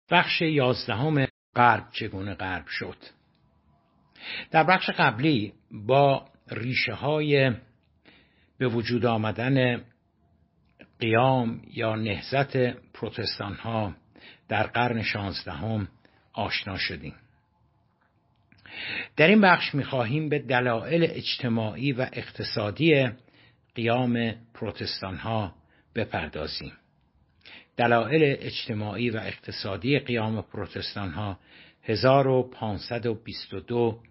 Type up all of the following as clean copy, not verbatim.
بخش 11 غرب چگونه غرب شد. در بخش قبلی با ریشه های به وجود آمدن قیام یا نهضت پروتستان ها در قرن 16 آشنا شدیم. در این بخش می‌خواهیم به دلایل اجتماعی و اقتصادی قیام پروتستان ها بپردازیم. دلایل اجتماعی و اقتصادی قیام پروتستان ها 1522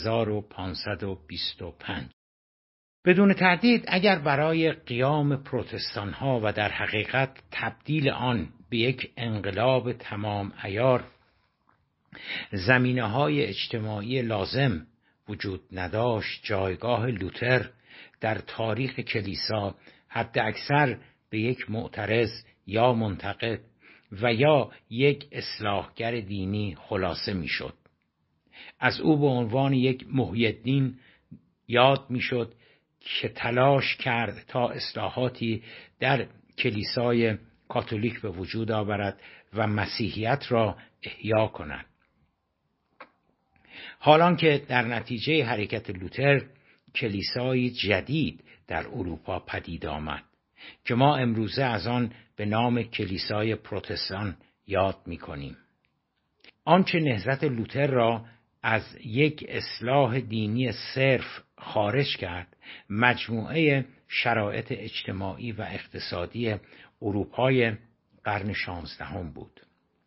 1525. بدون تردید اگر برای قیام پروتستان ها و در حقیقت تبدیل آن به یک انقلاب تمام عیار زمینه‌های اجتماعی لازم وجود نداشت، جایگاه لوتر در تاریخ کلیسا حد اکثر به یک معترض یا منتقد و یا یک اصلاحگر دینی خلاصه میشد. از او به عنوان یک محی الدین یاد میشد که تلاش کرد تا اصلاحاتی در کلیسای کاتولیک به وجود آورد و مسیحیت را احیا کند. حالان که در نتیجه حرکت لوتر کلیسایی جدید در اروپا پدید آمد که ما امروزه از آن به نام کلیسای پروتستان یاد می‌کنیم. آنچه نهضت لوتر را از یک اصلاح دینی صرف خارج کرد، مجموعه شرایط اجتماعی و اقتصادی اروپای قرن 16 بود.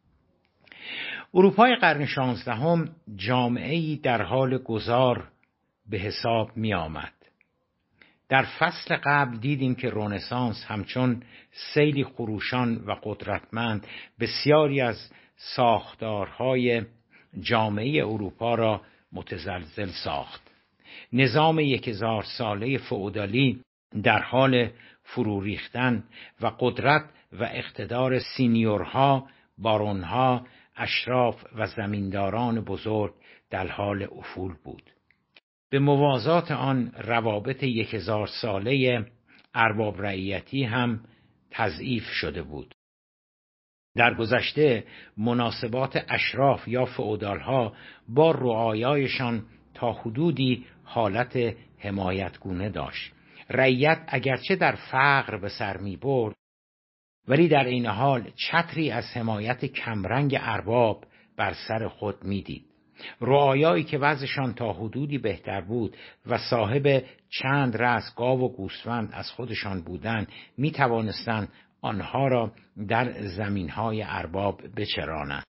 اروپای قرن 16 جامعه‌ای در حال گذار به حساب می آمد. در فصل قبل دیدیم که رنسانس همچون سیلی خروشان و قدرتمند بسیاری از ساختارهای جامعه اروپا را متزلزل ساخت. نظام 1000 ساله فئودالی در حال فرو ریختن و قدرت و اقتدار سینیورها، بارونها، اشراف و زمینداران بزرگ در حال افول بود. به موازات آن روابط 1000 ساله ارباب رعیتی هم تضعیف شده بود. در گذشته مناسبات اشراف یا فئودالها با رعایایشان تا حدودی حالت حمایتگونه داشت. رعیت اگرچه در فقر به سر می برد ولی در این حال چتری از حمایت کمرنگ ارباب بر سر خود می دید. رعایایی که وضعشان تا حدودی بهتر بود و صاحب چند رأس گاو و گوسفند از خودشان بودند می توانستند آنها را در زمینهای ارباب بچرانند.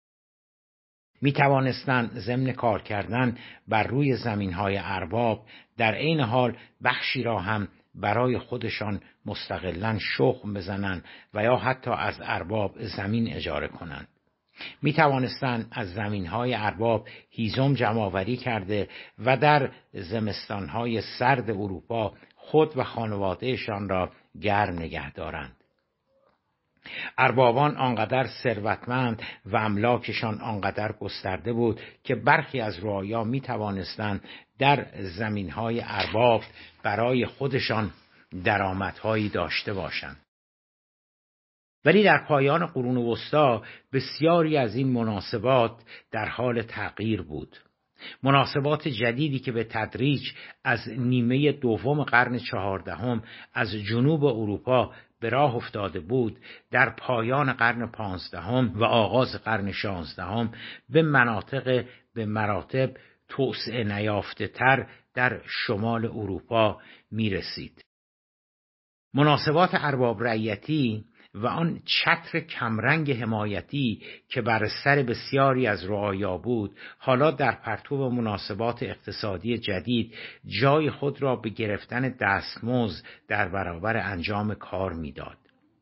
می توانستند ضمن کار کردن بر روی زمینهای ارباب در عین حال بخشی را هم برای خودشان مستقلاً شخم بزنند و یا حتی از ارباب زمین اجاره کنند. می توانستند از زمینهای ارباب هیزم جمع‌آوری کرده و در زمستانهای سرد اروپا خود و خانوادهشان را گرم نگه دارند. اربابان آنقدر ثروتمند و املاکشان آنقدر گسترده بود که برخی از رعایا می توانستند در زمینهای ارباب برای خودشان درآمدهایی داشته باشند. ولی در پایان قرون وسطی بسیاری از این مناسبات در حال تغییر بود. مناسبات جدیدی که به تدریج از نیمه دوم قرن 14 از جنوب اروپا به راه افتاده بود، در پایان قرن 15 و آغاز قرن 16 به مراتب توسعه نیافته تر در شمال اروپا می رسید. مناسبات ارباب رعیتی و آن چتر کمرنگ حمایتی که بر سر بسیاری از رعایا بود، حالا در پرتو مناسبات اقتصادی جدید جای خود را به گرفتن دستمزد در برابر انجام کار میداد.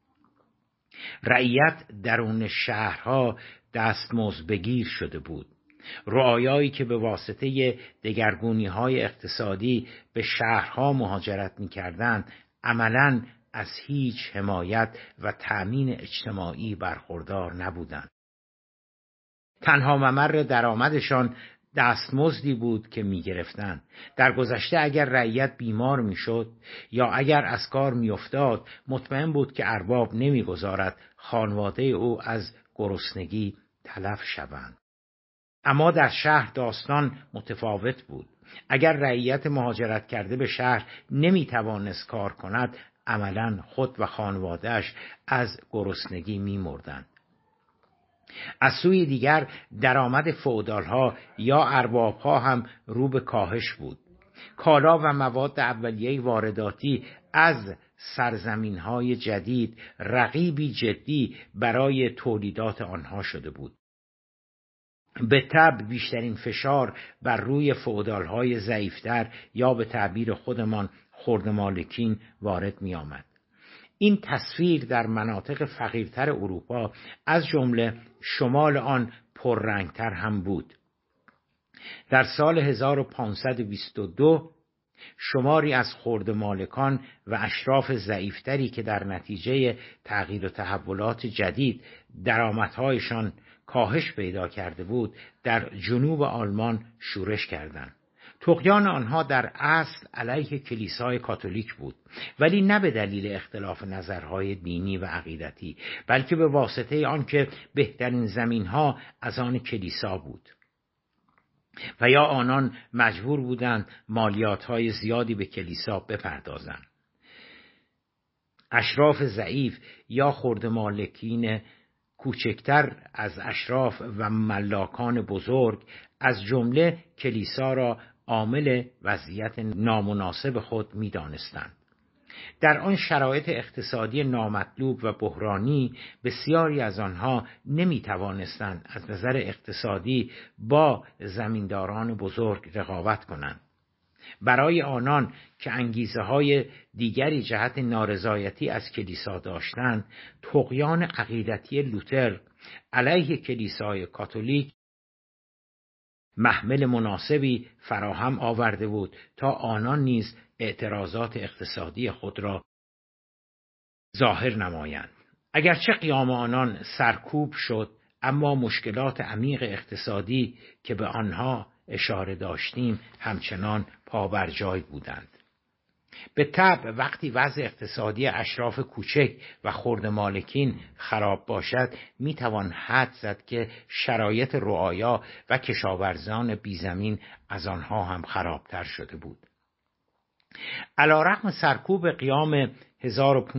رعیت درون شهرها دستمزد بگیر شده بود. رعایایی که به واسطه دگرگونی‌های اقتصادی به شهرها مهاجرت می‌کردند، عملاً از هیچ حمایت و تأمین اجتماعی برخوردار نبودند. تنها ممر درآمدشان دستمزدی بود که می‌گرفتند. در گذشته اگر رعیت بیمار می‌شد یا اگر از کار می‌افتاد، مطمئن بود که ارباب نمی‌گذارد خانواده او از گرسنگی تلف شوند. اما در شهر داستان متفاوت بود. اگر رعیت مهاجرت کرده به شهر نمی توانست کار کند، عملاً خود و خانواده‌اش از گرسنگی می مردند. از سوی دیگر درآمد فئودال‌ها یا ارباب‌ها هم رو به کاهش بود. کالا و مواد اولیه وارداتی از سرزمین‌های جدید رقیبی جدی برای تولیدات آنها شده بود. به طبع بیشترین فشار بر روی فئودال‌های ضعیف‌تر یا به تعبیر خودمان خردمالکین وارد می‌آمد. این تصویر در مناطق فقیرتر اروپا از جمله شمال آن پررنگتر هم بود. در سال 1522 شماری از خردمالکان و اشراف ضعیفتری که در نتیجه تغییر و تحولات جدید درآمدهایشان کاهش پیدا کرده بود، در جنوب آلمان شورش کردند. طغیان آنها در اصل علیه کلیسای کاتولیک بود، ولی نه به دلیل اختلاف نظرهای دینی و عقیدتی، بلکه به واسطه آنکه بهترین زمینها از آن کلیسا بود و یا آنان مجبور بودند مالیاتهای زیادی به کلیسا بپردازند. اشراف ضعیف یا خردمالکین کوچکتر از اشراف و ملاکان بزرگ از جمله کلیسا را عامل وضعیت نامناسب خود می دانستند. در آن شرایط اقتصادی نامطلوب و بحرانی بسیاری از آنها نمی توانستند از نظر اقتصادی با زمینداران بزرگ رقابت کنند. برای آنان که انگیزه های دیگری جهت نارضایتی از کلیسا داشتند، طغیان عقیدتی لوتر علیه کلیسای کاتولیک محمل مناسبی فراهم آورده بود تا آنان نیز اعتراضات اقتصادی خود را ظاهر نمایند. اگرچه قیام آنان سرکوب شد، اما مشکلات عمیق اقتصادی که به آنها اشاره داشتیم همچنان پابرجای بودند. به طبع وقتی وضع اقتصادی اشراف کوچک و خردمالکین خراب باشد، میتوان حد زد که شرایط رعایا و کشاورزان بیزمین از آنها هم خرابتر شده بود. علی‌رغم سرکوب قیام 1522-1523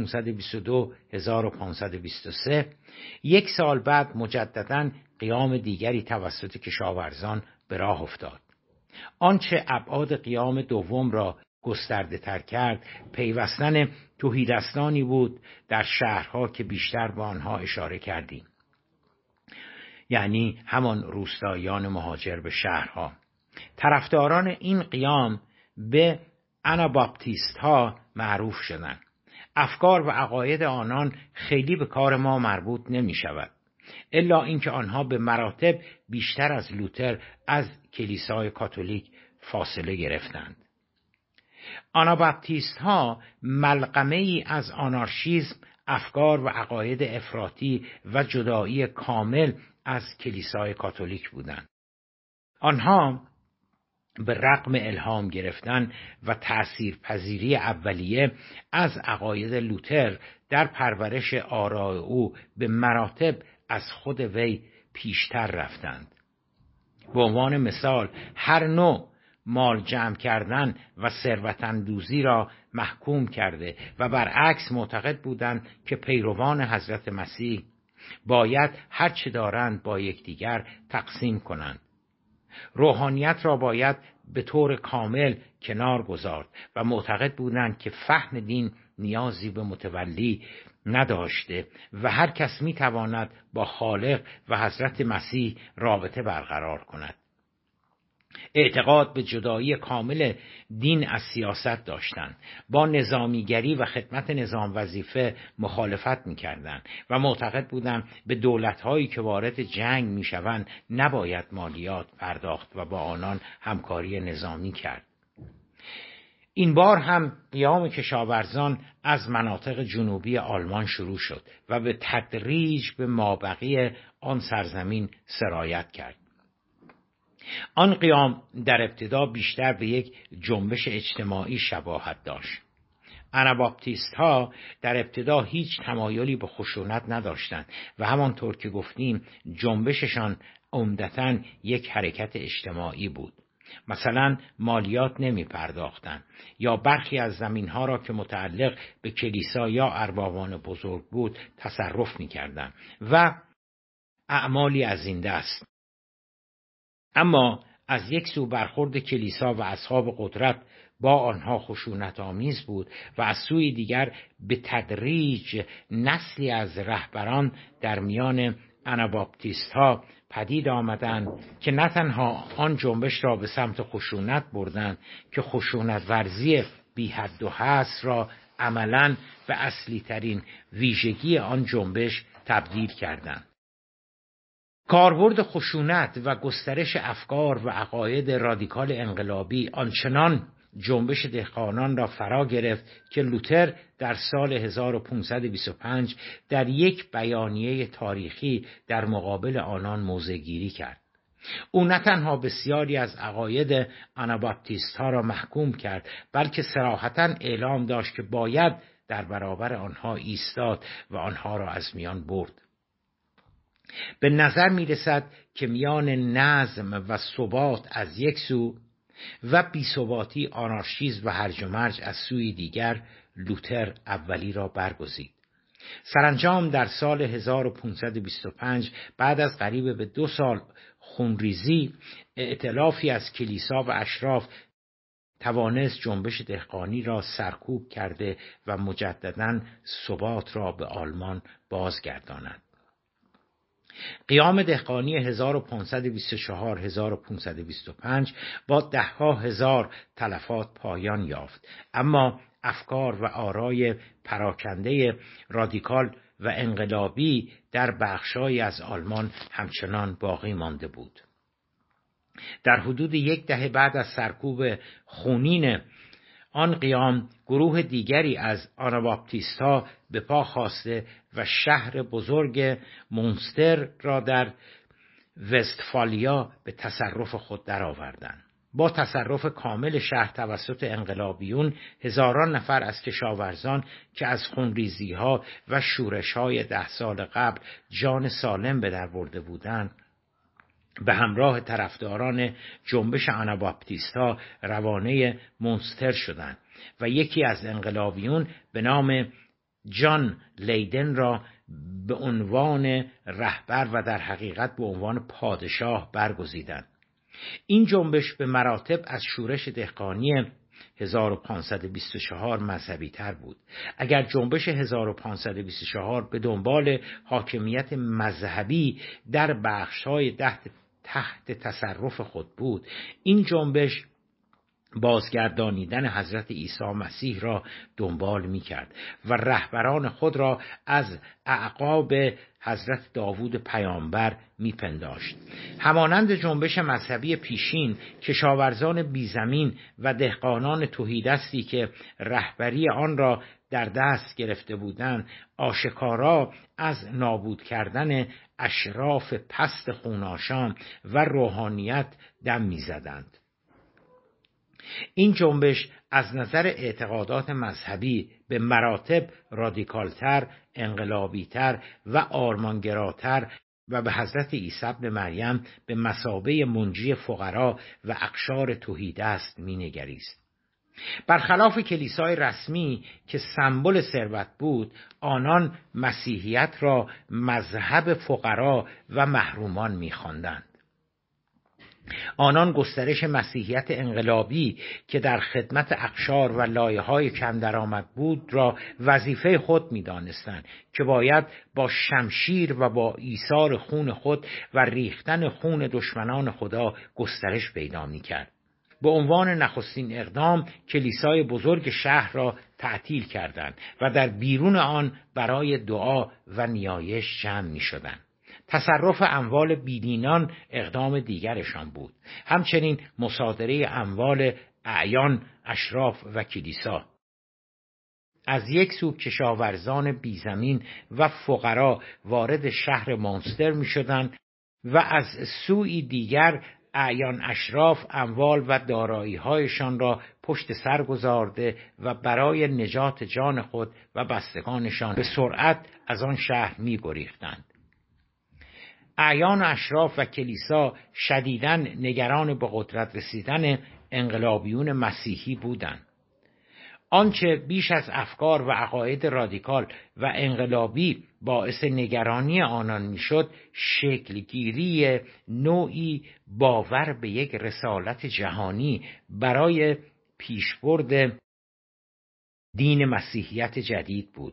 یک سال بعد مجدداً قیام دیگری توسط کشاورزان به راه افتاد. آنچه ابعاد قیام دوم را گسترده تر کرد، پیوستن تهیدستانی بود در شهرها که بیشتر به آنها اشاره کردیم، یعنی همان روستاییان مهاجر به شهرها. طرفداران این قیام به آناباپتیست ها معروف شدند. افکار و عقاید آنان خیلی به کار ما مربوط نمی شود، الا اینکه آنها به مراتب بیشتر از لوتر از کلیسای کاتولیک فاصله گرفتند. آناباپتیست ها ملغمه ای از آنارشیسم، افکار و عقاید افراطی و جدایی کامل از کلیسای کاتولیک بودند. آنها به رغم الهام گرفتن و تأثیرپذیری اولیه از عقاید لوتر در پرورش آراء او به مراتب از خود وی پیشتر رفتند. به عنوان مثال، هر نوع مال جمع کردن و ثروت‌اندوزی را محکوم کرده و برعکس معتقد بودند که پیروان حضرت مسیح باید هر چه دارند با یکدیگر تقسیم کنند. روحانیت را باید به طور کامل کنار گذارد و معتقد بودند که فهم دین نیازی به متولی نداشته و هر کس می تواند با خالق و حضرت مسیح رابطه برقرار کند. اعتقاد به جدایی کامل دین از سیاست داشتند. با نظامیگری و خدمت نظام وظیفه مخالفت می‌کردند و معتقد بودند به دولت‌هایی که وارد جنگ می‌شوند نباید مالیات پرداخت و با آنان همکاری نظامی کرد. این بار هم قیام کشاورزان از مناطق جنوبی آلمان شروع شد و به تدریج به مابقی آن سرزمین سرایت کرد. آن قیام در ابتدا بیشتر به یک جنبش اجتماعی شباهت داشت، آناباپتیست ها در ابتدا هیچ تمایلی به خشونت نداشتند و همانطور که گفتیم جنبششان عمدتاً یک حرکت اجتماعی بود. مثلا مالیات نمی پرداختند یا برخی از زمینها را که متعلق به کلیسا یا اربابان بزرگ بود تصرف می کردند و اعمالی از این دست. اما از یک سو برخورد کلیسا و اصحاب قدرت با آنها خشونت آمیز بود و از سوی دیگر به تدریج نسلی از رهبران در میان آناباپتیست ها پدید آمدند که نه تنها آن جنبش را به سمت خشونت بردند که خشونت ورزی بی حد و حصر را عملاً به اصلی ترین ویژگی آن جنبش تبدیل کردند. کاربرد خشونت و گسترش افکار و عقاید رادیکال انقلابی آنچنان جنبش دهقانان را فرا گرفت که لوتر در سال 1525 در یک بیانیه تاریخی در مقابل آنان موضع‌گیری کرد. او نه تنها بسیاری از عقاید آناباپتیست ها را محکوم کرد، بلکه صراحتاً اعلام داشت که باید در برابر آنها ایستاد و آنها را از میان برد. به نظر می رسد که میان نظم و ثبات از یک سو و بی‌ثباتی، آنارشیسم و هرج و مرج از سوی دیگر لوتر اولی را برگزید. سرانجام در سال 1525 بعد از قریب به 2 سال خونریزی، ائتلافی از کلیسا و اشراف توانست جنبش دهقانی را سرکوب کرده و مجدداً ثبات را به آلمان بازگرداند. قیام دهقانی 1524-1525 با ده‌ها هزار تلفات پایان یافت، اما افکار و آرای پراکنده رادیکال و انقلابی در بخشایی از آلمان همچنان باقی مانده بود. در حدود 1 دهه بعد از سرکوب خونین آن قیام، گروه دیگری از آناباپتیست‌ها به پا خاسته و شهر بزرگ مونستر را در وستفالیا به تصرف خود درآوردند. با تصرف کامل شهر توسط انقلابیون، هزاران نفر از کشاورزان که از خونریزی‌ها و شورش‌های 10 سال قبل جان سالم به در برده بودند، به همراه طرفداران جنبش آناباپتیست‌ها روانه مونستر شدند و یکی از انقلابیون به نام جان لیدن را به عنوان رهبر و در حقیقت به عنوان پادشاه برگزیدند. این جنبش به مراتب از شورش دهقانی 1524 مذهبی تر بود. اگر جنبش 1524 به دنبال حاکمیت مذهبی در بخش‌های تحت تصرف خود بود، این جنبش بازگردانیدن حضرت عیسی مسیح را دنبال می‌کرد و رهبران خود را از اعقاب حضرت داوود پیامبر می‌پنداشت. همانند جنبش مذهبی پیشین، کشاورزان بیزمین و دهقانان تهیدستی که رهبری آن را در دست گرفته بودند، آشکارا از نابود کردن اشراف پست خوناشام و روحانیت دم می‌زدند. این جنبش از نظر اعتقادات مذهبی به مراتب رادیکالتر، انقلابیتر و آرمانگراتر و به حضرت عیسی ابن مریم به مثابه منجی فقرا و اقشار تهیدست مینگریست. برخلاف کلیسای رسمی که سمبل ثروت بود، آنان مسیحیت را مذهب فقرا و محرومان می‌خواندند. آنان گسترش مسیحیت انقلابی که در خدمت اقشار و لایه‌های کم درآمد بود را وظیفه خود می‌دانستند که باید با شمشیر و با ایثار خون خود و ریختن خون دشمنان خدا گسترش پیدا می‌کرد. به عنوان نخستین اقدام کلیسای بزرگ شهر را تعطیل کردند و در بیرون آن برای دعا و نیایش جمع می‌شدند. تصرف اموال بیدینان اقدام دیگرشان بود. همچنین مصادره اموال اعیان، اشراف و کلیسا. از یک سو کشاورزان بیزمین و فقرا وارد شهر مونستر می شدند و از سوی دیگر اعیان اشراف اموال و دارایی‌هایشان را پشت سر گذارده و برای نجات جان خود و بستگانشان به سرعت از آن شهر می‌گریختند. اعیان اشراف و کلیسا شدیداً نگران به قدرت رسیدن انقلابیون مسیحی بودند. آنچه بیش از افکار و عقاید رادیکال و انقلابی باعث نگرانی آنان میشد، شکلگیری نوعی باور به یک رسالت جهانی برای پیشبرد دین مسیحیت جدید بود.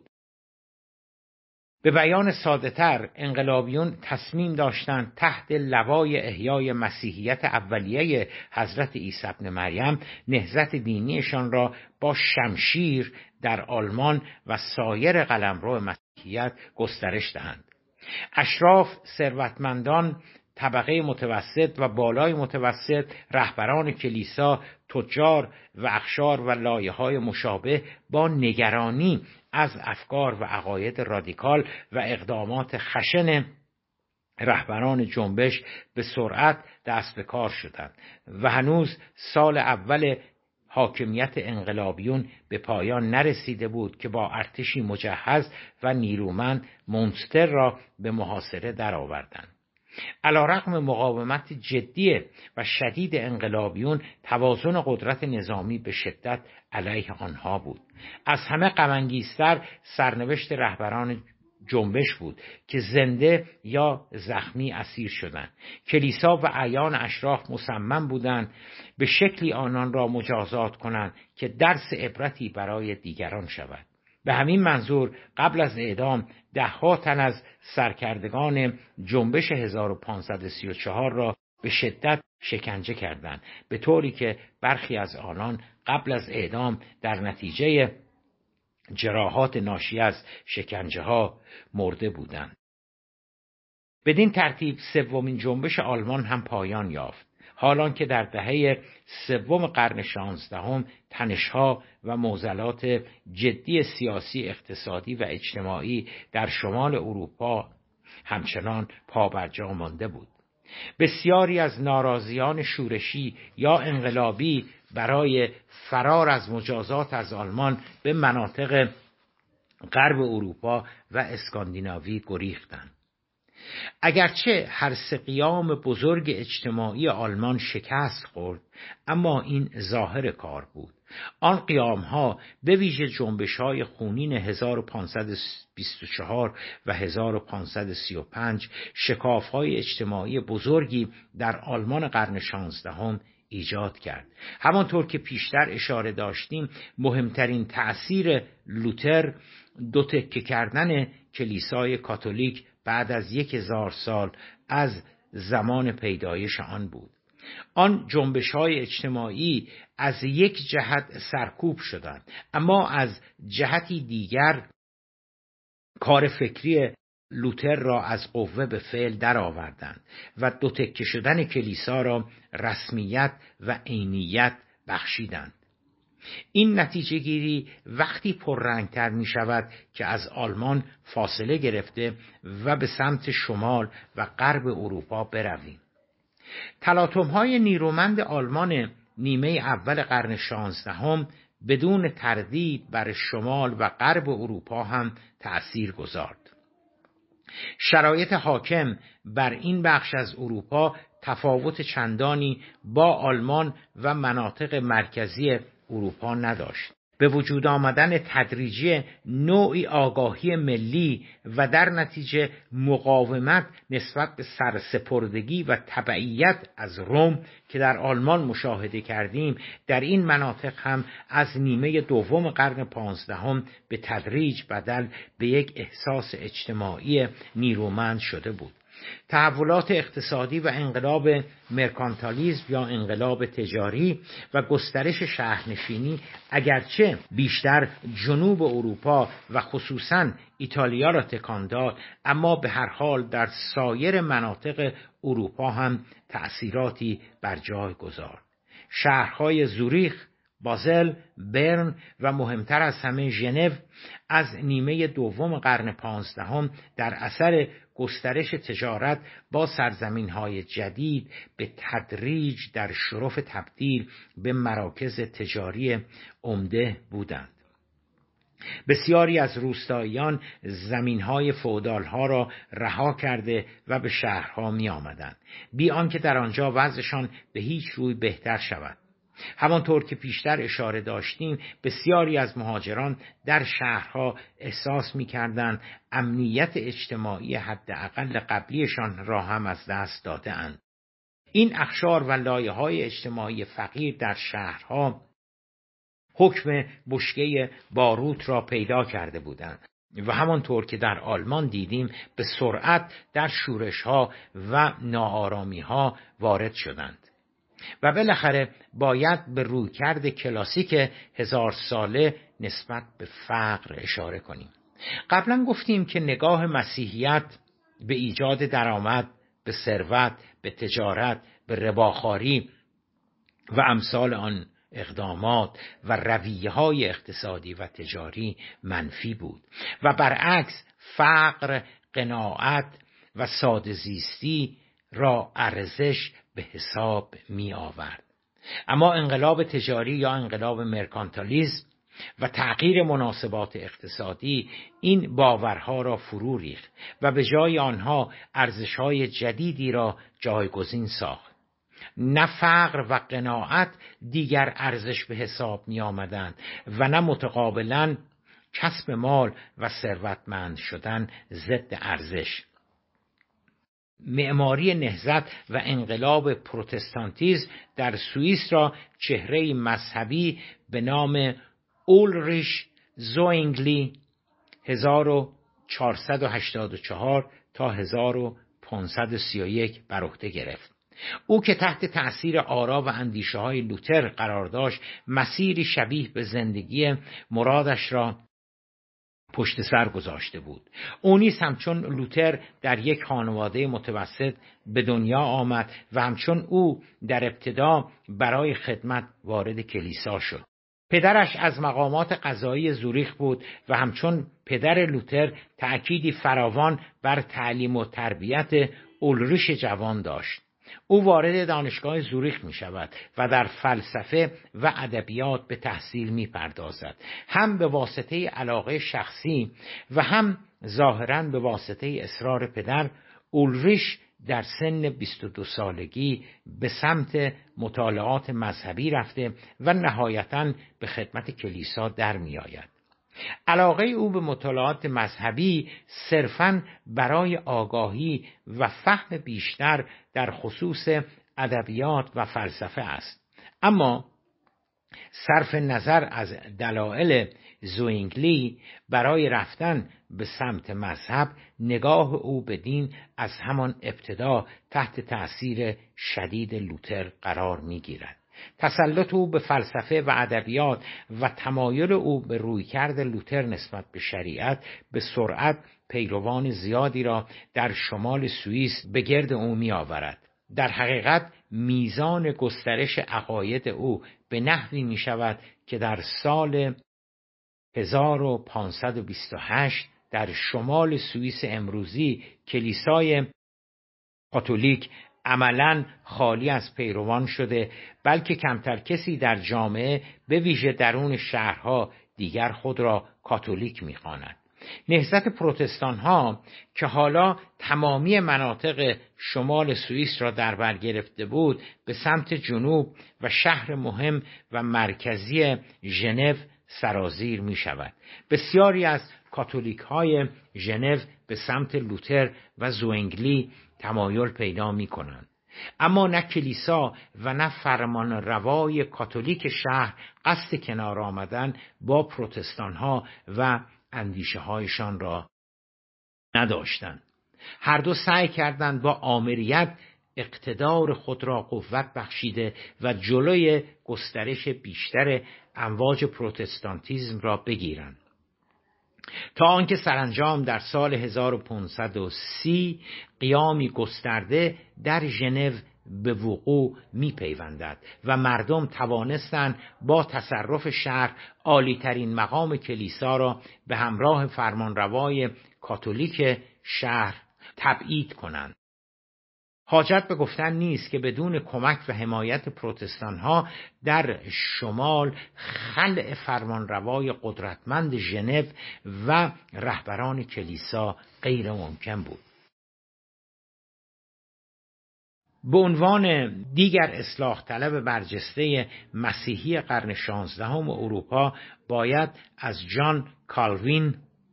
به بیان ساده‌تر، انقلابیون تصمیم داشتند تحت لوای احیای مسیحیت اولیه حضرت عیسی ابن مریم نهضت دینیشان را با شمشیر در آلمان و سایر قلمرو مسیحیت گسترش دهند. اشراف، ثروتمندان، طبقه متوسط و بالای متوسط، رهبران کلیسا، تجار و اقشار و لایه‌های مشابه با نگرانی از افکار و عقاید رادیکال و اقدامات خشن رهبران جنبش به سرعت دست به کار شدند و هنوز سال اول حاکمیت انقلابیون به پایان نرسیده بود که با ارتشی مجهز و نیرومند منستر را به محاصره درآوردند. علیرغم مقاومت جدی و شدید انقلابیون، توازن قدرت نظامی به شدت علیه آنها بود. از همه غم‌انگیزتر سرنوشت رهبران جنبش بود که زنده یا زخمی اسیر شدند. کلیسا و اعیان اشراف مصمم بودند به شکلی آنان را مجازات کنند که درس عبرتی برای دیگران شود. به همین منظور قبل از اعدام ده‌ها تن از سرکردگان جنبش 1534 را به شدت شکنجه کردند، به طوری که برخی از آنان قبل از اعدام در نتیجه جراحات ناشی از شکنجه ها مرده بودند. بدین ترتیب سومین جنبش آلمان هم پایان یافت، حالان که در دهه سوم قرن 16 تنش‌ها و معضلات جدی سیاسی، اقتصادی و اجتماعی در شمال اروپا همچنان پابرجا مانده بود. بسیاری از ناراضیان شورشی یا انقلابی برای فرار از مجازات از آلمان به مناطق غرب اروپا و اسکاندیناوی گریختند. اگرچه هر سه قیام بزرگ اجتماعی آلمان شکست خورد، اما این ظاهر کار بود. آن قیام‌ها به ویژه جنبش‌های خونین 1524 و 1535 شکاف‌های اجتماعی بزرگی در آلمان قرن 16 ایجاد کرد. همانطور که پیشتر اشاره داشتیم، مهمترین تأثیر لوتر دو تکه کردن کلیسای کاتولیک بعد از 1000 سال از زمان پیدایش آن بود. آن جنبش‌های اجتماعی از یک جهت سرکوب شدند، اما از جهتی دیگر کار فکری لوتر را از قوه به فعل درآوردند و دو تکه شدن کلیسا را رسمیت و عینیت بخشیدند. این نتیجه گیری وقتی پررنگتر می شود که از آلمان فاصله گرفته و به سمت شمال و غرب اروپا برویم. تلاطم‌های نیرومند آلمان نیمه اول قرن 16 بدون تردید بر شمال و غرب اروپا هم تأثیر گذارد. شرایط حاکم بر این بخش از اروپا تفاوت چندانی با آلمان و مناطق مرکزی اروپا نداشت. به وجود آمدن تدریجی نوعی آگاهی ملی و در نتیجه مقاومت نسبت به سرسپردگی و تبعیت از روم که در آلمان مشاهده کردیم، در این مناطق هم از نیمه دوم قرن 15 به تدریج بدل به یک احساس اجتماعی نیرومند شده بود. تحولات اقتصادی و انقلاب مرکانتالیسم یا انقلاب تجاری و گسترش شهرنشینی اگرچه بیشتر جنوب اروپا و خصوصاً ایتالیا را تکان داد، اما به هر حال در سایر مناطق اروپا هم تأثیراتی بر جای گذارد. شهرهای زوریخ، بازل، برن و مهمتر از همه ژنو از نیمه دوم قرن 15 در اثر گسترش تجارت با سرزمین‌های جدید به تدریج در شرف تبدیل به مراکز تجاری عمده بودند. بسیاری از روستاییان زمین‌های فئودال‌ها را رها کرده و به شهرها می‌آمدند، بی آنکه در آنجا وضعشان به هیچ روی بهتر شود. همانطور که پیشتر اشاره داشتیم، بسیاری از مهاجران در شهرها احساس می‌کردند امنیت اجتماعی حداقل قبلیشان را هم از دست داده‌اند. این اقشار و لایه‌های اجتماعی فقیر در شهرها حکم بشکه باروت را پیدا کرده بودند و همانطور که در آلمان دیدیم به سرعت در شورش‌ها و ناآرامی‌ها وارد شدند و بالاخره باید به رویکرد کلاسیک 1000 ساله نسبت به فقر اشاره کنیم. قبلا گفتیم که نگاه مسیحیت به ایجاد درآمد، به ثروت، به تجارت، به رباخواری و امثال آن اقدامات و رویه‌های اقتصادی و تجاری منفی بود و برعکس فقر، قناعت و ساده‌زیستی را ارزش به حساب می آورد. اما انقلاب تجاری یا انقلاب مرکانتالیسم و تغییر مناسبات اقتصادی این باورها را فرو ریخت و به جای آنها ارزش‌های جدیدی را جایگزین ساخت. نه فقر و قناعت دیگر ارزش به حساب می آمدند و نه متقابلاً کسب مال و ثروتمند شدن ضد ارزش. معماری نهضت و انقلاب پروتستانتیسم در سوئیس را چهره مذهبی به نام اولریش زوینگلی 1484 تا 1531 بر عهده گرفت. او که تحت تأثیر آرا و اندیشه های لوتر قرار داشت، مسیری شبیه به زندگی مرادش را پشت سر گذاشته بود. او نیز همچون لوتر در یک خانواده متوسط به دنیا آمد و همچون او در ابتدا برای خدمت وارد کلیسا شد. پدرش از مقامات قضایی زوریخ بود و همچون پدر لوتر تأکیدی فراوان بر تعلیم و تربیت اولریش جوان داشت. او وارد دانشگاه زوریخ می شود و در فلسفه و ادبیات به تحصیل می پردازد، هم به واسطه علاقه شخصی و هم ظاهراً به واسطه اصرار پدر. اولریش در سن 22 سالگی به سمت مطالعات مذهبی رفته و نهایتاً به خدمت کلیسا در می آید. علاقه او به مطالعات مذهبی صرفاً برای آگاهی و فهم بیشتر در خصوص ادبیات و فلسفه است. اما صرف نظر از دلایل زوینگلی برای رفتن به سمت مذهب، نگاه او به دین از همان ابتدا تحت تأثیر شدید لوتر قرار می گیرد. تسلط او به فلسفه و ادبیات و تمایل او به رویکرد لوتر نسبت به شریعت به سرعت پیروان زیادی را در شمال سوئیس به گرد او می آورد. در حقیقت میزان گسترش عقاید او به نحوی می شود که در سال 1528 در شمال سوئیس امروزی کلیسای کاتولیک عملاً خالی از پیروان شده، بلکه کمتر کسی در جامعه به ویژه درون شهرها دیگر خود را کاتولیک می‌خواند. نهضت پروتستان‌ها که حالا تمامی مناطق شمال سوئیس را در بر گرفته بود، به سمت جنوب و شهر مهم و مرکزی ژنو سرازیر می‌شود. بسیاری از کاتولیک‌های ژنو به سمت لوتر و زوینگلی تمایل پیدا می‌کنند. اما نه کلیسا و نه فرمان روای کاتولیک شهر قصد کنار آمدن با پروتستان‌ها و اندیشه هایشان را نداشتند. هر دو سعی کردند با آمریت اقتدار خود را قوت بخشیده و جلوی گسترش بیشتر امواج پروتستانتیزم را بگیرند، تا آنکه سرانجام در سال 1530 قیامی گسترده در ژنو به وقوع می‌پیوندد و مردم توانستند با تصرف شهر عالی‌ترین مقام کلیسا را به همراه فرمانروای کاتولیک شهر تبعید کنند. حاجت به گفتن نیست که بدون کمک و حمایت پروتستان‌ها در شمال خلع فرمانروای قدرتمند ژنو و رهبران کلیسا غیر ممکن بود. به عنوان دیگر اصلاح طلب برجسته مسیحی قرن 16 اروپا باید از جان کالوین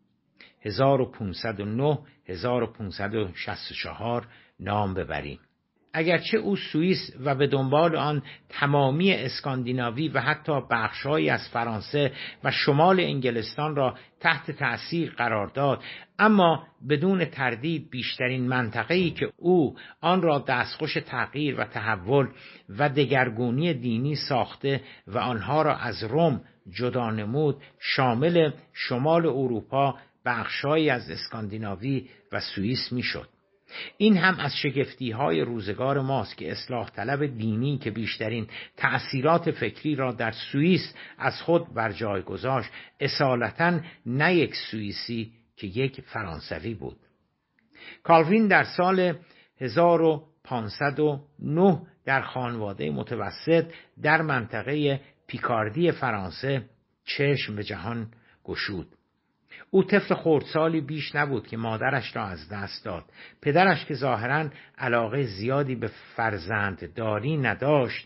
1509-1564 نام ببریم. اگرچه او سوئیس و به دنبال آن تمامی اسکاندیناوی و حتی بخش‌هایی از فرانسه و شمال انگلستان را تحت تأثیر قرار داد، اما بدون تردید بیشترین منطقه‌ای که او آن را دستخوش تغییر و تحول و دگرگونی دینی ساخته و آنها را از روم جدا نمود، شامل شمال اروپا، بخش‌هایی از اسکاندیناوی و سوئیس میشد. این هم از شگفتی‌های روزگار ماست که اصلاح طلب دینی که بیشترین تأثیرات فکری را در سوئیس از خود بر جای گذاشت، اصالتاً نه یک سوئیسی که یک فرانسوی بود. کالوین در سال 1509 در خانواده متوسط در منطقه پیکاردی فرانسه چشم به جهان گشود. او طفل خردسالی بیش نبود که مادرش را از دست داد. پدرش که ظاهراً علاقه زیادی به فرزندداری نداشت،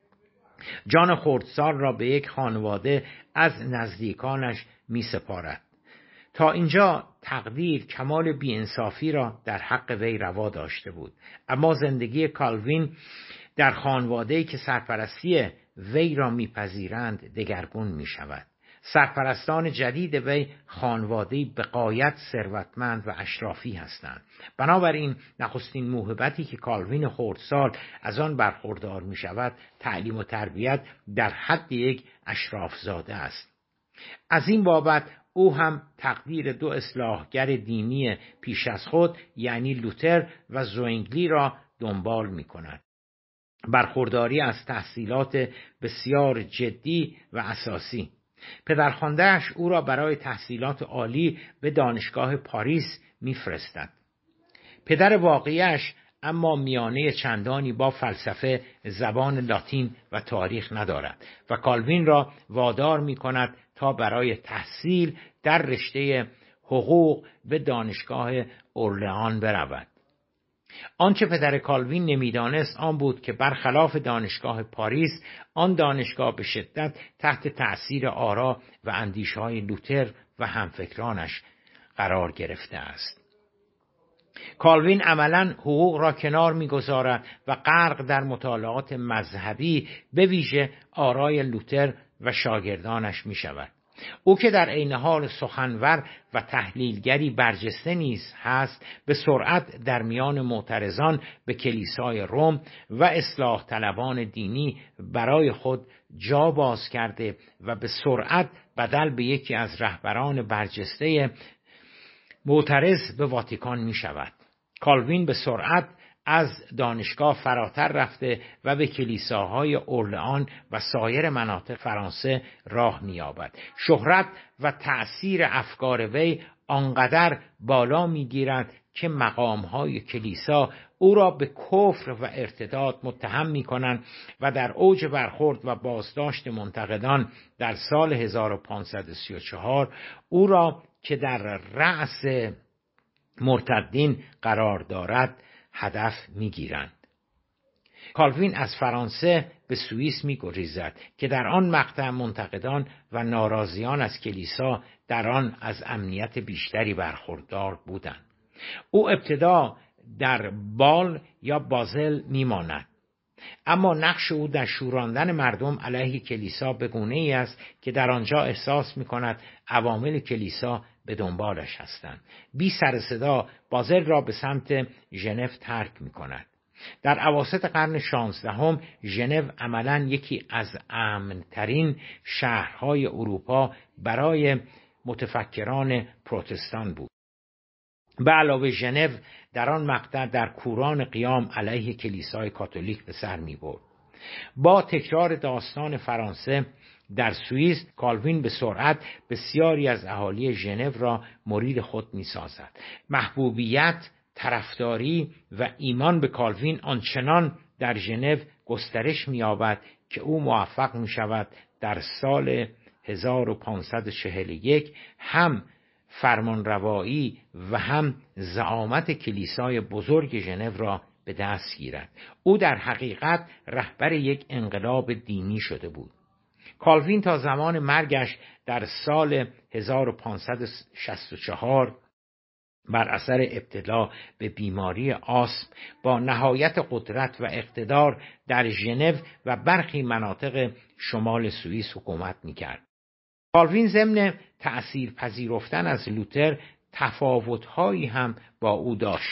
جان خردسال را به یک خانواده از نزدیکانش می سپارد. تا اینجا تقدیر کمال بی‌انصافی را در حق وی روا داشته بود، اما زندگی کالوین در خانواده‌ای که سرپرستی وی را میپذیرند دگرگون می شود. سرپرستان جدید وی خانواده‌ای به غایت ثروتمند و اشرافی هستند. بنابراین نخستین موهبتی که کالوین خردسال از آن برخوردار می شود تعلیم و تربیت در حد یک اشرافزاده است. از این بابت او هم تقدیر دو اصلاحگر دینی پیش از خود یعنی لوتر و زوینگلی را دنبال می کند. برخورداری از تحصیلات بسیار جدی و اساسی. پدرخوانده‌اش او را برای تحصیلات عالی به دانشگاه پاریس می‌فرستد. پدر واقعیش اما میانه چندانی با فلسفه، زبان لاتین و تاریخ ندارد و کالوین را وادار می‌کند تا برای تحصیل در رشته حقوق به دانشگاه اورلئان برود. آنچه پدر کالوین نمیدانست آن بود که برخلاف دانشگاه پاریس، آن دانشگاه به شدت تحت تأثیر آرا و اندیشه‌های لوتر و همفکرانش قرار گرفته است. کالوین عملاً حقوق را کنار می‌گذارد و غرق در مطالعات مذهبی به ویژه آرای لوتر و شاگردانش می‌شود. او که در عین حال سخنور و تحلیلگری برجسته نیز هست، به سرعت در میان معترضان به کلیسای روم و اصلاح طلبان دینی برای خود جا باز کرده و به سرعت بدل به یکی از رهبران برجسته معترض به واتیکان می شود. کالوین به سرعت از دانشگاه فراتر رفته و به کلیساهای اورلئان و سایر مناطق فرانسه راه می‌یابد. شهرت و تأثیر افکار وی آنقدر بالا می‌گیرد که مقام‌های کلیسا او را به کفر و ارتداد متهم می‌کنند و در اوج برخورد و بازداشت منتقدان در سال 1534 او را که در رأس مرتدین قرار دارد هدف می‌گیرند. کالوین از فرانسه به سوئیس می‌گریزد که در آن مقطع منتقدان و ناراضیان از کلیسا در آن از امنیت بیشتری برخوردار بودند. او ابتدا در بال یا بازل می‌ماند، اما نقش او در شوراندن مردم علیه کلیسا به گونه‌ای است که در آنجا احساس می‌کند عوامل کلیسا به دنبالش هستند. بی سر صدا بازل را به سمت ژنو ترک می‌کند. در اواسط قرن 16 ژنو عملاً یکی از امن‌ترین شهرهای اروپا برای متفکران پروتستان بود. به علاوه ژنو در آن مقطع در کوران قیام علیه کلیسای کاتولیک به سر می‌برد. با تکرار داستان فرانسه در سوئیس، کالوین به سرعت بسیاری از اهالی ژنو را مرید خود می‌سازد. محبوبیت، طرفداری و ایمان به کالوین آنچنان در ژنو گسترش می‌یابد که او موفق می‌شود در سال 1541 هم فرمانروایی و هم زعامت کلیسای بزرگ ژنو را به دست گیرد. او در حقیقت رهبر یک انقلاب دینی شده بود. کالوین تا زمان مرگش در سال 1564 بر اثر ابتلا به بیماری آسم با نهایت قدرت و اقتدار در ژنو و برخی مناطق شمال سوئیس حکومت می‌کرد. کالوین ضمن تأثیر پذیرفتن از لوتر تفاوت‌هایی هم با او داشت.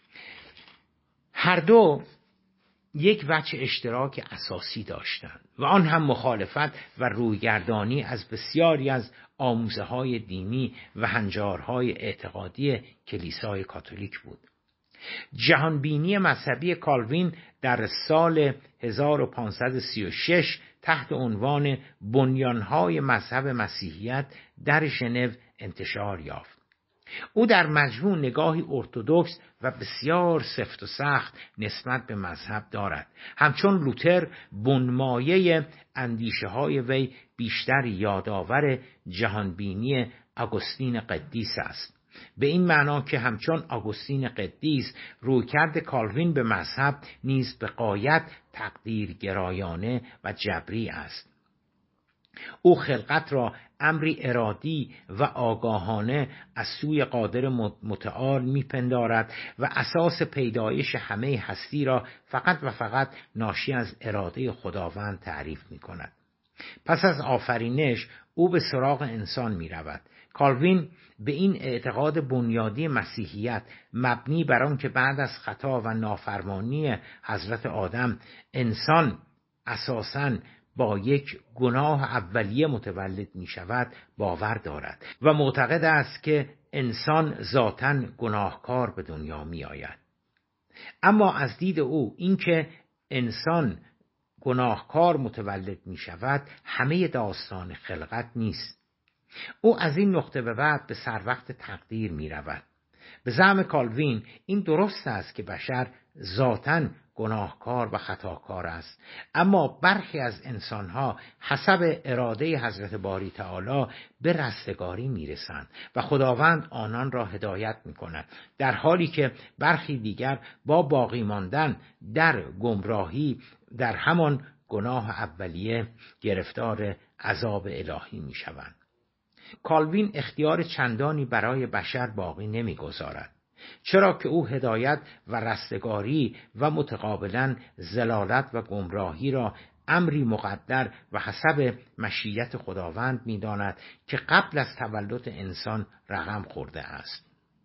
هر دو یک وجه اشتراک اساسی داشتند و آن هم مخالفت و رویگردانی از بسیاری از آموزه‌های دینی و هنجارهای اعتقادی کلیسای کاتولیک بود. جهانبینی مذهبی کالوین در سال 1536 تحت عنوان بنیان‌های مذهب مسیحیت در ژنو انتشار یافت. او در مجموع نگاهی ارتدوکس و بسیار سفت و سخت نسبت به مذهب دارد. همچون لوتر بنمایه اندیشه‌های وی بیشتر یادآور جهانبینی آگوستین قدیس است، به این معنا که همچون آگوستین قدیس رویکرد کالوین به مذهب نیز به غایت تقدیرگرایانه و جبری است. او خلقت را امری ارادی و آگاهانه از سوی قادر متعال میپندارد و اساس پیدایش همه هستی را فقط و فقط ناشی از اراده خداوند تعریف میکند. پس از آفرینش او به سراغ انسان میرود. کالوین به این اعتقاد بنیادی مسیحیت مبنی بر آن که بعد از خطا و نافرمانی حضرت آدم انسان اساساً با یک گناه اولیه متولد می شود باور دارد و معتقد است که انسان ذاتاً گناهکار به دنیا می آید. اما از دید او اینکه انسان گناهکار متولد می شود همه داستان خلقت نیست. او از این نقطه به بعد به سر وقت تقدیر می رود. به زعم کالوین این درست است که بشر ذاتاً گناهکار و خطاکار است، اما برخی از انسانها حسب اراده حضرت باری تعالی به رستگاری میرسند و خداوند آنان را هدایت میکند، در حالی که برخی دیگر با باقی ماندن در گمراهی در همان گناه اولیه گرفتار عذاب الهی میشوند. کالوین اختیار چندانی برای بشر باقی نمیگذارد، چرا که او هدایت و رستگاری و متقابلاً ضلالت و گمراهی را امری مقدر و حسب مشیت خداوند می‌داند که قبل از تولد انسان رقم خورده است.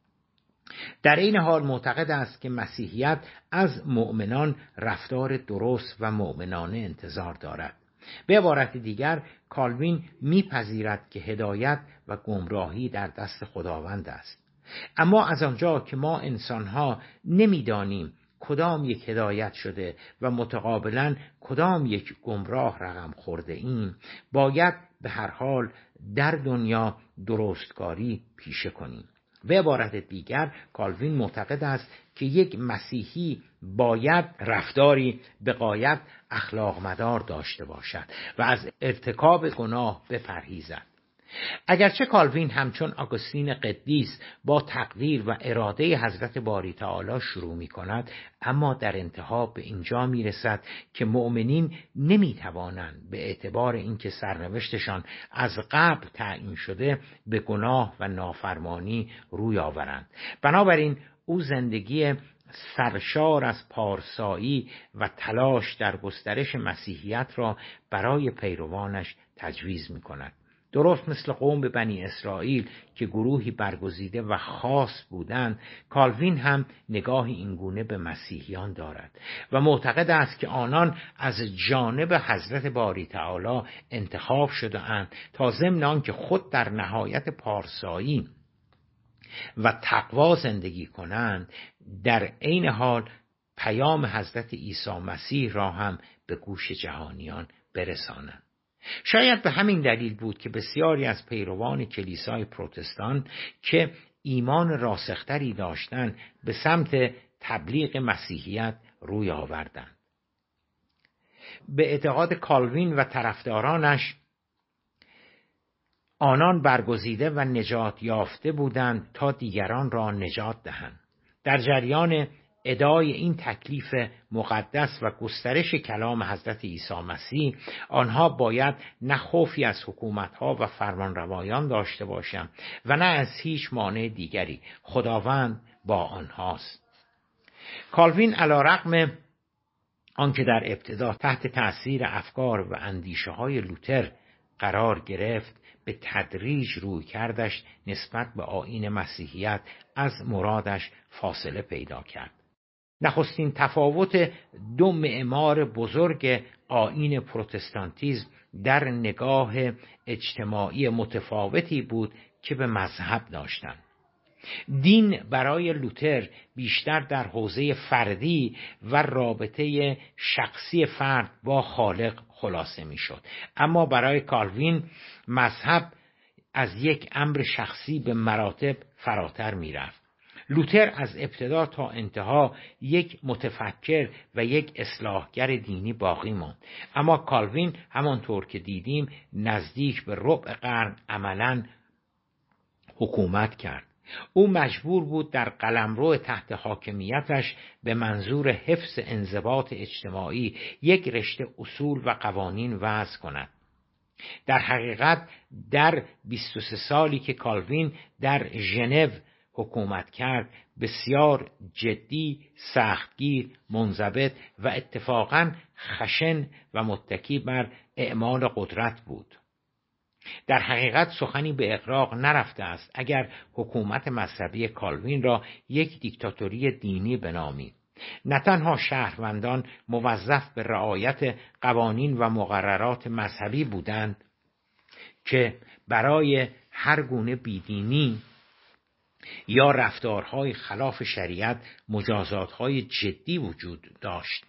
در این حال معتقد است که مسیحیت از مؤمنان رفتار درست و مؤمنانه انتظار دارد. به عبارت دیگر کالوین میپذیرد که هدایت و گمراهی در دست خداوند است، اما از آنجا که ما انسانها نمیدانیم کدام یک هدایت شده و متقابلا کدام یک گمراه رقم خورده ایم، باید به هر حال در دنیا درستکاری پیشه کنیم. به عبارت دیگر کالوین معتقد است که یک مسیحی باید رفتاری به غایت اخلاق مدار داشته باشد و از ارتکاب گناه بپرهیزد. اگرچه کالوین همچون آگوستین قدیس با تقدیر و اراده حضرت باری تعالی شروع می کند، اما در انتها به اینجا می رسد که مؤمنین نمی توانند به اعتبار اینکه سرنوشتشان از قبل تعیین شده به گناه و نافرمانی روی آورند. بنابراین او زندگی سرشار از پارسایی و تلاش در گسترش مسیحیت را برای پیروانش تجویز می کند. درست مثل قوم بنی اسرائیل که گروهی برگزیده و خاص بودند، کالوین هم نگاهی اینگونه به مسیحیان دارد و معتقد است که آنان از جانب حضرت باری تعالی انتخاب شده اند تا ضمن آنکه خود در نهایت پارسایی و تقوا زندگی کنند، در عین حال پیام حضرت عیسی مسیح را هم به گوش جهانیان برسانند. شاید به همین دلیل بود که بسیاری از پیروان کلیسای پروتستان که ایمان راسختری داشتند به سمت تبلیغ مسیحیت روی آوردند. به اعتقاد کالوین و طرفدارانش آنان برگزیده و نجات یافته بودند تا دیگران را نجات دهند. در جریان ادای این تکلیف مقدس و گسترش کلام حضرت عیسی مسیح، آنها باید نه خوفی از حکومتها و فرمانروایان داشته باشند و نه از هیچ مانع دیگری. خداوند با آنهاست. کالوین علی‌رغم آنکه در ابتدا تحت تأثیر افکار و اندیشه های لوتر قرار گرفت، به تدریج روی کردش نسبت به آیین مسیحیت از مرادش فاصله پیدا کرد. نخستین تفاوت دو معمار بزرگ آیین پروتستانتیزم در نگاه اجتماعی متفاوتی بود که به مذهب داشتند. دین برای لوتر بیشتر در حوزه فردی و رابطه شخصی فرد با خالق خلاصه می شد، اما برای کالوین مذهب از یک امر شخصی به مراتب فراتر می رفت. لوتر از ابتدا تا انتها یک متفکر و یک اصلاحگر دینی باقی ماند، اما کالوین همانطور که دیدیم نزدیک به ربع قرن عملاً حکومت کرد. او مجبور بود در قلمرو تحت حاکمیتش به منظور حفظ انضباط اجتماعی یک رشته اصول و قوانین وضع کند. در حقیقت در 23 سالی که کالوین در ژنو حکومت کرد بسیار جدی، سختگیر، منضبط و اتفاقاً خشن و متکی بر اعمال قدرت بود. در حقیقت سخنی به اغراق نرفته است اگر حکومت مذهبی کالوین را یک دیکتاتوری دینی بنامیم. نه تنها شهروندان موظف به رعایت قوانین و مقررات مذهبی بودند که برای هر گونه بیدینی یا رفتارهای خلاف شریعت مجازاتهای جدی وجود داشت.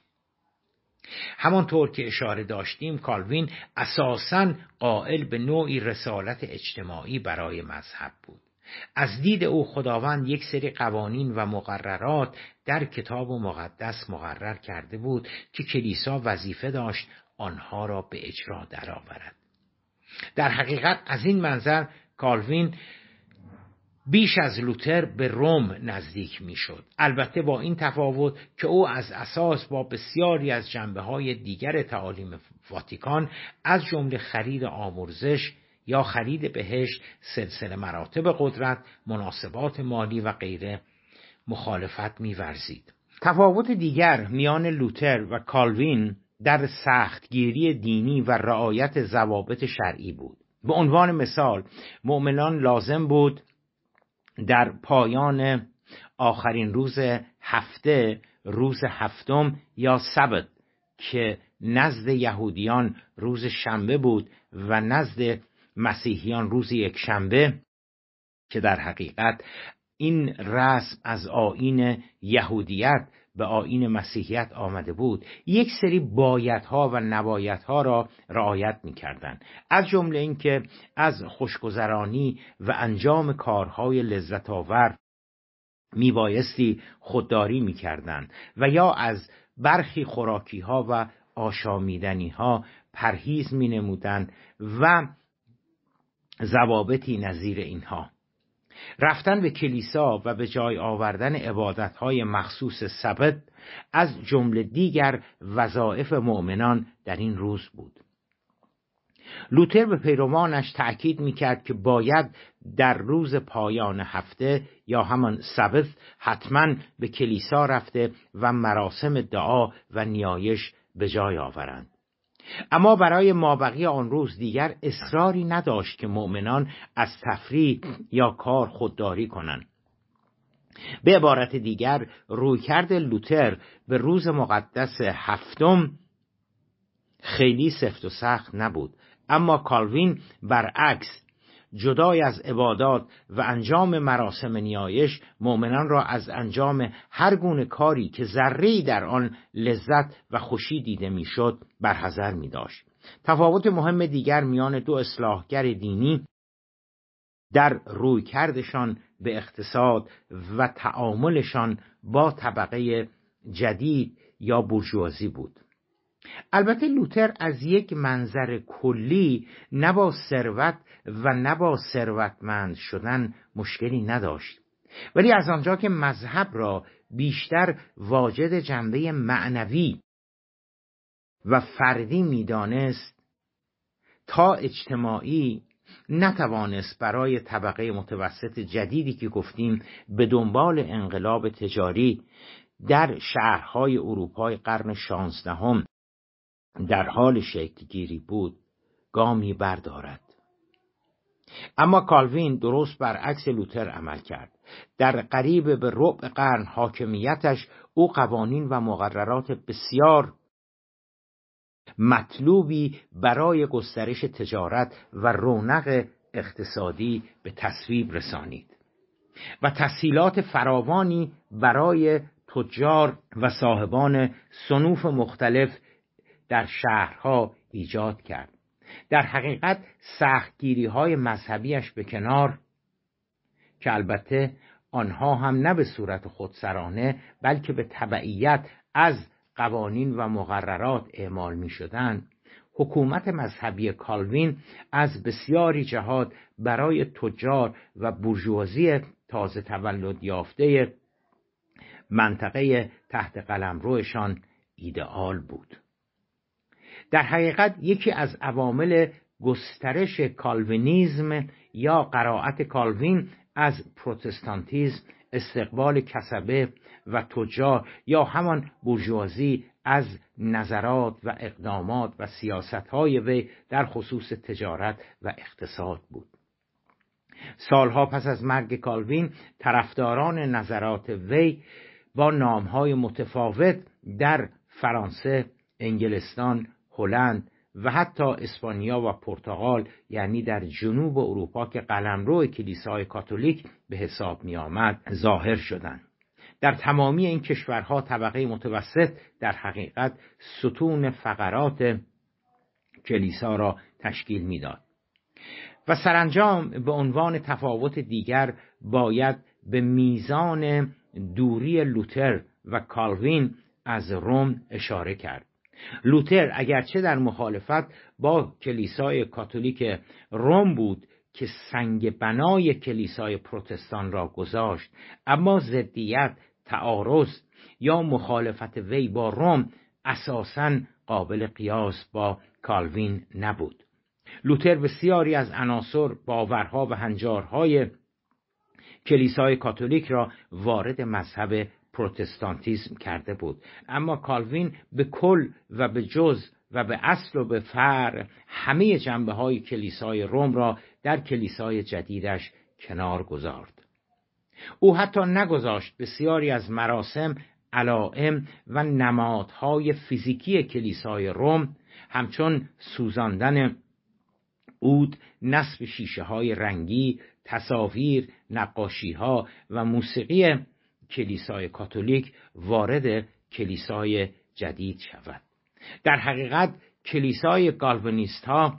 همانطور که اشاره داشتیم، کالوین اساساً قائل به نوعی رسالت اجتماعی برای مذهب بود. از دید او خداوند یک سری قوانین و مقررات در کتاب مقدس مقرر کرده بود که کلیسا وظیفه داشت آنها را به اجرا درآورد. در حقیقت از این منظر کالوین بیش از لوتر به روم نزدیک میشد، البته با این تفاوت که او از اساس با بسیاری از جنبه‌های دیگر تعالیم واتیکان از جمله خرید آمرزش یا خرید بهشت، سلسله مراتب قدرت، مناسبات مالی و غیره مخالفت می‌ورزید. تفاوت دیگر میان لوتر و کالوین در سختگیری دینی و رعایت ضوابط شرعی بود. به عنوان مثال، مؤمنان لازم بود در پایان آخرین روز هفته، روز هفتم یا سبت که نزد یهودیان روز شنبه بود و نزد مسیحیان روز یک شنبه، که در حقیقت این رسم از آیین یهودیت به آیین مسیحیت آمده بود، یک سری بایدها و نبایدها را رعایت می‌کردند، از جمله این که از خوشگذرانی و انجام کارهای لذت آور میبایستی خودداری می‌کردند و یا از برخی خوراکی‌ها و آشامیدنی‌ها پرهیز می‌نمودند و ضوابطی نظیر اینها. رفتن به کلیسا و به جای آوردن عبادت‌های مخصوص سبت از جمله دیگر وظایف مؤمنان در این روز بود. لوتر به پیروانش تأکید می‌کرد که باید در روز پایان هفته یا همان سبت حتماً به کلیسا رفته و مراسم دعا و نیایش به جای آورند. اما برای مابقی آن روز دیگر اصراری نداشت که مؤمنان از تفریح یا کار خودداری کنند. به عبارت دیگر، رویکرد لوتر به روز مقدس هفتم خیلی سفت و سخت نبود، اما کالوین برعکس، جدای از عبادات و انجام مراسم نیایش، مؤمنان را از انجام هر گونه کاری که ذره‌ای در آن لذت و خوشی دیده میشد برحذر می داشت. تفاوت مهم دیگر میان دو اصلاحگر دینی در رویکردشان به اقتصاد و تعاملشان با طبقه جدید یا بورژوازی بود. البته لوتر از یک منظر کلی نه با ثروت و نه با ثروتمند شدن مشکلی نداشت، ولی از آنجا که مذهب را بیشتر واجد جنبه معنوی و فردی می‌دانست تا اجتماعی، نتوانست برای طبقه متوسط جدیدی که گفتیم به دنبال انقلاب تجاری در شهرهای اروپای قرن 16 در حال شکل گیری بود گامی بردارد. اما کالوین درست برعکس لوتر عمل کرد. در قریب به ربع قرن حاکمیتش او قوانین و مقررات بسیار مطلوبی برای گسترش تجارت و رونق اقتصادی به تصویب رسانید و تسهیلات فراوانی برای تجار و صاحبان صنوف مختلف در شهرها ایجاد کرد. در حقیقت سختگیری‌های مذهبیش به کنار، که البته آنها هم نه به صورت خودسرانه بلکه به تبعیت از قوانین و مقررات اعمال می‌شدند، حکومت مذهبی کالوین از بسیاری جهات برای تجار و بورژوازی تازه تولد یافته منطقه تحت قلمروشان ایدئال بود. در حقیقت یکی از عوامل گسترش کالوینیسم یا قرائت کالوین از پروتستانتیسم استقبال کسبه و تجار یا همان بورژوازی از نظرات و اقدامات و سیاست‌های وی در خصوص تجارت و اقتصاد بود. سالها پس از مرگ کالوین طرفداران نظرات وی با نام‌های متفاوت در فرانسه، انگلستان، هلند و حتی اسپانیا و پرتغال، یعنی در جنوب اروپا که قلمرو کلیسای کاتولیک به حساب می آمد، ظاهر شدند. در تمامی این کشورها طبقه متوسط در حقیقت ستون فقرات کلیسا را تشکیل میداد و سرانجام به عنوان تفاوت دیگر باید به میزان دوری لوتر و کالوین از روم اشاره کرد. لوتر اگرچه در مخالفت با کلیسای کاتولیک روم بود که سنگ بنای کلیسای پروتستان را گذاشت، اما ضدیت، تعارض یا مخالفت وی با روم اساساً قابل قیاس با کالوین نبود. لوتر بسیاری از عناصر، باورها و هنجارهای کلیسای کاتولیک را وارد مذهب پروتستانتیسم کرده بود، اما کالوین به کل و به جز و به اصل و به فرع همه جنبه‌های کلیسای روم را در کلیسای جدیدش کنار گذارد. او حتی نگذاشت بسیاری از مراسم، علائم و نمادهای فیزیکی کلیسای روم همچون سوزاندن عود، نصب شیشه‌های رنگی، تصاویر، نقاشی‌ها و موسیقی کلیسای کاتولیک وارد کلیسای جدید شود. در حقیقت کلیسای کالوینیست‌ها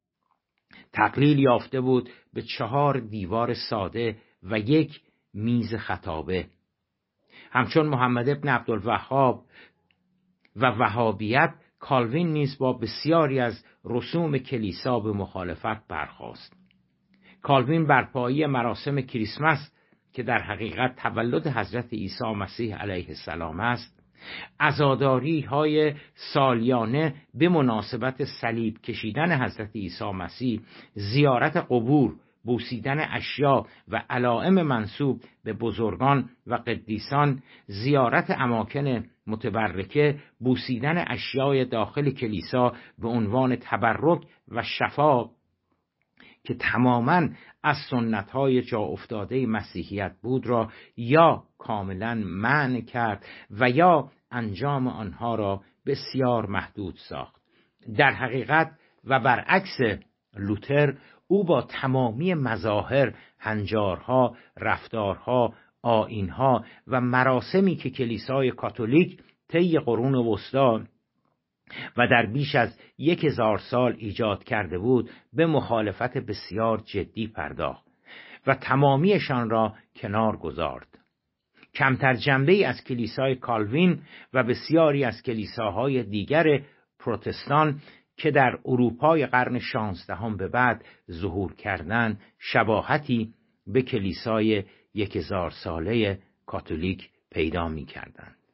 تقلیل یافته بود به 4 دیوار ساده و 1 میز خطابه. همچون محمد ابن عبدالوهاب و وهابیت، کالوین نیز با بسیاری از رسوم کلیسا به مخالفت برخاست. کالوین برپایی مراسم کریسمس که در حقیقت تولد حضرت عیسی مسیح علیه السلام است، عزاداری های سالیانه به مناسبت صلیب کشیدن حضرت عیسی مسیح، زیارت قبور، بوسیدن اشیا و علائم منسوب به بزرگان و قدیسان، زیارت اماکن متبرکه، بوسیدن اشیای داخل کلیسا به عنوان تبرک و شفا که تماماً از سنت‌های جا افتاده مسیحیت بود را یا کاملاً منع کرد و یا انجام آنها را بسیار محدود ساخت. در حقیقت و برعکس لوتر، او با تمامی مظاهر، هنجارها، رفتارها، آیینها و مراسمی که کلیسای کاتولیک طی قرون وسطی و در بیش از 1000 سال ایجاد کرده بود به مخالفت بسیار جدی پرداخت. و تمامیشان را کنار گذارد. کمتر جنبه‌ای از کلیسای کالوین و بسیاری از کلیساهای دیگر پروتستان که در اروپای قرن 16 به بعد ظهور کردند شباهتی به کلیسای 1000 ساله کاتولیک پیدا می‌کردند.